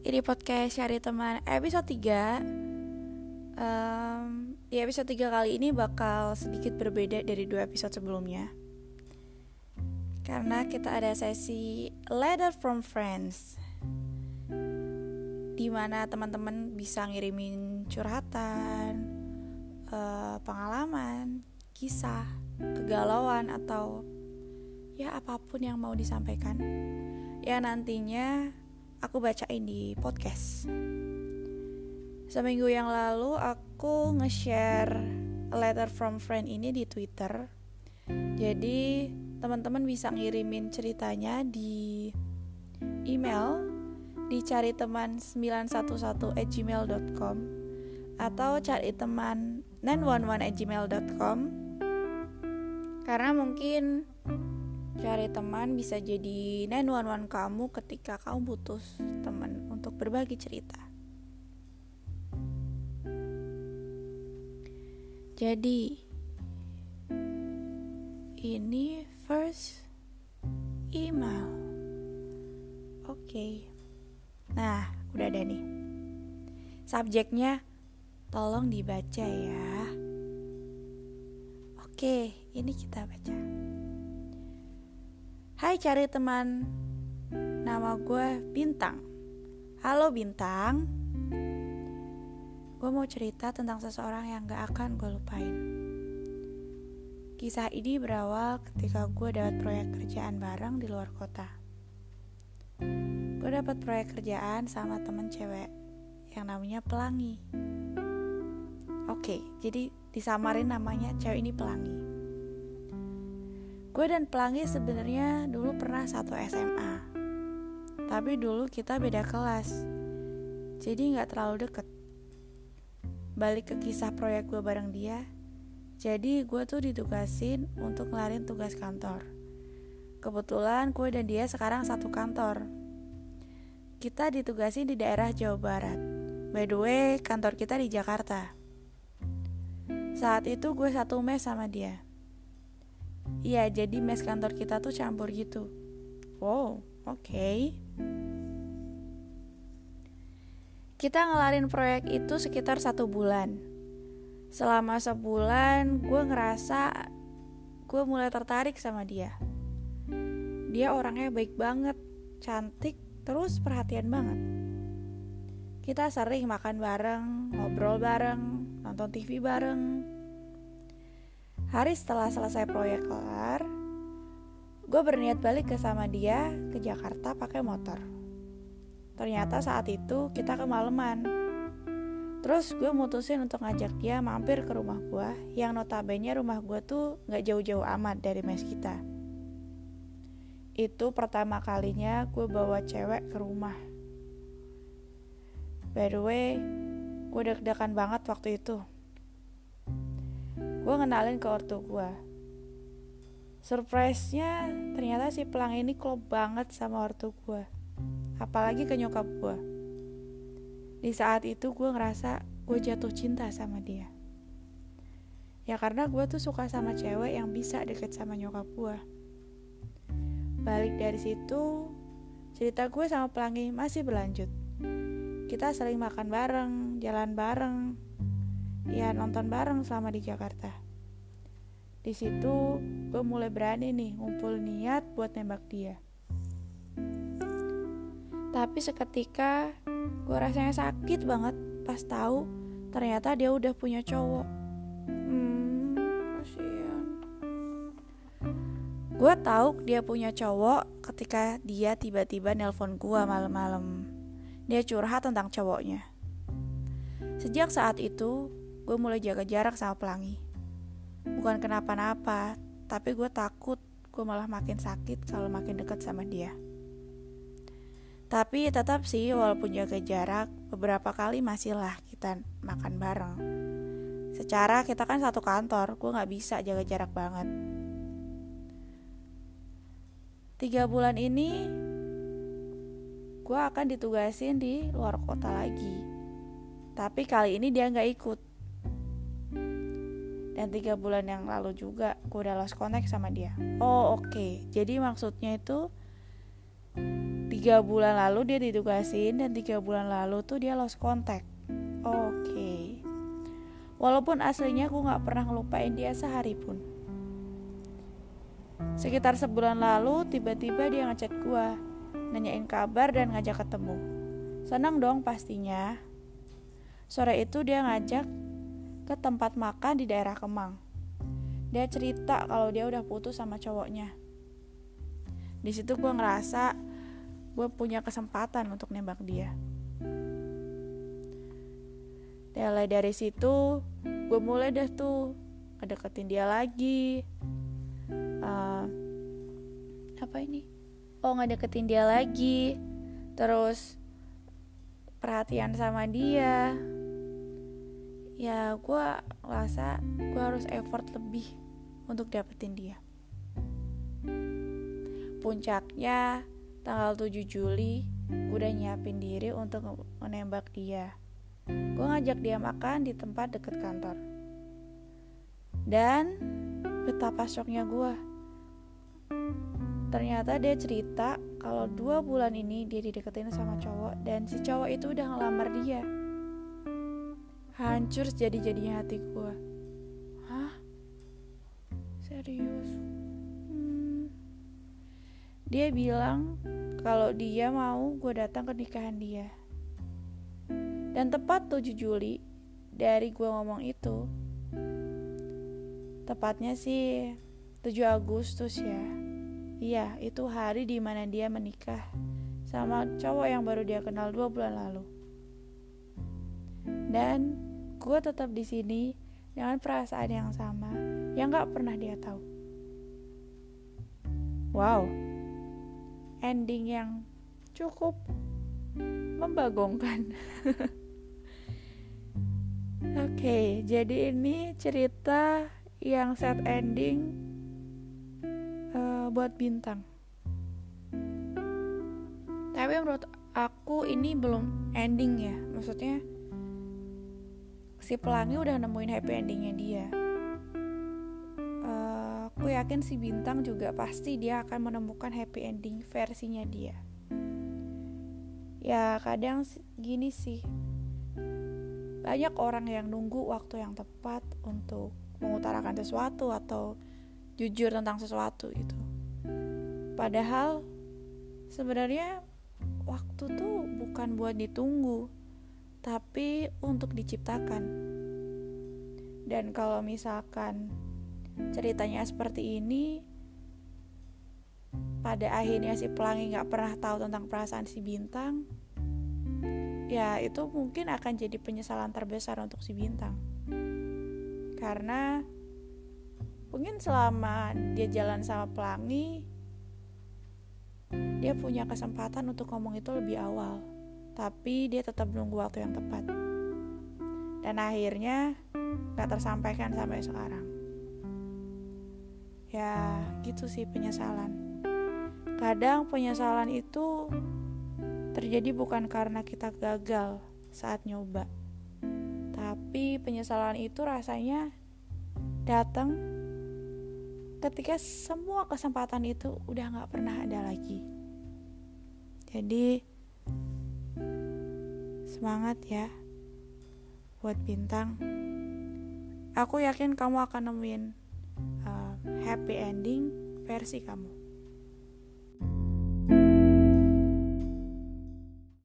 Ini podcast Cari Teman episode 3. Di episode 3 kali ini bakal sedikit berbeda dari 2 episode sebelumnya, karena kita ada sesi Letter from Friends, dimana teman-teman bisa ngirimin curhatan, pengalaman, kisah, kegalauan, atau ya apapun yang mau disampaikan, ya nantinya aku bacain di podcast. Seminggu yang lalu aku nge-share Letter from Friend ini di Twitter. Jadi teman-teman bisa ngirimin ceritanya di email di cariteman911@gmail.com atau cariteman911@gmail.com. Karena mungkin Cari Teman bisa jadi 911 kamu ketika kamu butuh teman untuk berbagi cerita. Jadi ini first email. Oke. Nah, udah ada nih. Subjeknya tolong dibaca ya. Oke, ini kita baca. Hai Cari Teman, nama gue Bintang. Halo Bintang. Gue mau cerita tentang seseorang yang gak akan gue lupain. Kisah ini berawal ketika gue dapat proyek kerjaan bareng di luar kota. Gue dapat proyek kerjaan sama temen cewek yang namanya Pelangi. Oke, jadi disamarin namanya cewek ini Pelangi. Gue dan Pelangi sebenarnya dulu pernah satu SMA, tapi dulu kita beda kelas, jadi gak terlalu deket. Balik ke kisah proyek gue bareng dia, jadi gue tuh ditugasin untuk ngelarin tugas kantor. Kebetulan gue dan dia sekarang satu kantor. Kita ditugasin di daerah Jawa Barat. By the way, kantor kita di Jakarta. Saat itu gue satu mes sama dia. Iya, jadi mes kantor kita tuh campur gitu. Wow, oke. Kita ngelarin proyek itu sekitar 1 bulan. Selama sebulan gue ngerasa gue mulai tertarik sama dia. Dia orangnya baik banget, cantik, terus perhatian banget. Kita sering makan bareng, ngobrol bareng, nonton TV bareng. Hari setelah selesai proyek kelar, gue berniat balik sama dia ke Jakarta pakai motor. Ternyata saat itu kita kemalaman. Terus gue mutusin untuk ngajak dia mampir ke rumah gue, yang notabene rumah gue tuh gak jauh-jauh amat dari mes kita. Itu pertama kalinya gue bawa cewek ke rumah. By the way, gue deg-degan banget waktu itu. Gue ngenalin ke ortu gue. Surprise-nya ternyata si Pelangi ini klop banget sama ortu gue, apalagi ke nyokap gue. Di saat itu gue ngerasa gue jatuh cinta sama dia. Ya karena gue tuh suka sama cewek yang bisa deket sama nyokap gue. Balik dari situ, cerita gue sama Pelangi masih berlanjut. Kita sering makan bareng, jalan bareng, ya nonton bareng selama di Jakarta. Di situ gue mulai berani nih ngumpul niat buat nembak dia. Tapi seketika gue rasanya sakit banget pas tahu ternyata dia udah punya cowok. Kasihan. Gue tahu dia punya cowok ketika dia tiba-tiba nelpon gue malam-malam. Dia curhat tentang cowoknya. Sejak saat itu gue mulai jaga jarak sama Pelangi. Bukan kenapa-napa, tapi gue takut gue malah makin sakit kalau makin dekat sama dia. Tapi tetap sih, walaupun jaga jarak, beberapa kali masih lah kita makan bareng. Secara kita kan satu kantor, gue gak bisa jaga jarak banget. 3 bulan ini gue akan ditugasin di luar kota lagi. Tapi kali ini dia gak ikut. Dan 3 bulan yang lalu juga gue udah lost contact sama dia. Oh oke. Jadi maksudnya itu 3 bulan lalu dia ditugasin dan 3 bulan lalu tuh dia lost contact. Oke. Walaupun aslinya gue gak pernah ngelupain dia sehari pun. Sekitar sebulan lalu tiba-tiba dia ngechat gue, nanyain kabar dan ngajak ketemu. Senang dong pastinya. Sore itu dia ngajak ke tempat makan di daerah Kemang. Dia cerita kalau dia udah putus sama cowoknya. Di situ gue ngerasa gue punya kesempatan untuk nembak dia. Mulai dari situ gue mulai deh tuh ngedeketin dia lagi. Ngedeketin dia lagi. Terus perhatian sama dia. Ya gue ngerasa gue harus effort lebih untuk dapetin dia. Puncaknya tanggal 7 Juli gue udah nyiapin diri untuk menembak dia. Gue ngajak dia makan di tempat deket kantor. Dan betapa syoknya gue. Ternyata dia cerita kalau 2 bulan ini dia dideketin sama cowok dan si cowok itu udah ngelamar dia. Hancur jadi-jadinya hati gue. Hah? Serius? Dia bilang kalau dia mau gue datang ke nikahan dia. Dan tepat 7 Juli dari gue ngomong itu, tepatnya sih 7 Agustus ya. Iya, itu hari dimana dia menikah sama cowok yang baru dia kenal 2 bulan lalu. Dan gue tetap di sini dengan perasaan yang sama yang gak pernah dia tahu. Wow, ending yang cukup membagongkan. Oke, jadi ini cerita yang sad ending buat Bintang. Tapi menurut aku ini belum ending ya. Maksudnya si Pelangi udah nemuin happy endingnya dia. Aku yakin si Bintang juga pasti dia akan menemukan happy ending versinya dia. Ya kadang gini sih, banyak orang yang nunggu waktu yang tepat untuk mengutarakan sesuatu atau jujur tentang sesuatu gitu. Padahal sebenarnya waktu tuh bukan buat ditunggu, tapi untuk diciptakan. Dan kalau misalkan ceritanya seperti ini, pada akhirnya si Pelangi gak pernah tahu tentang perasaan si Bintang, ya itu mungkin akan jadi penyesalan terbesar untuk si Bintang. Karena mungkin selama dia jalan sama Pelangi, dia punya kesempatan untuk ngomong itu lebih awal, tapi dia tetap nunggu waktu yang tepat. Dan akhirnya gak tersampaikan sampai sekarang. Ya gitu sih penyesalan. Kadang penyesalan itu terjadi bukan karena kita gagal saat nyoba, tapi penyesalan itu rasanya datang ketika semua kesempatan itu udah gak pernah ada lagi. Jadi semangat ya buat Bintang. Aku yakin kamu akan nemuin happy ending versi kamu.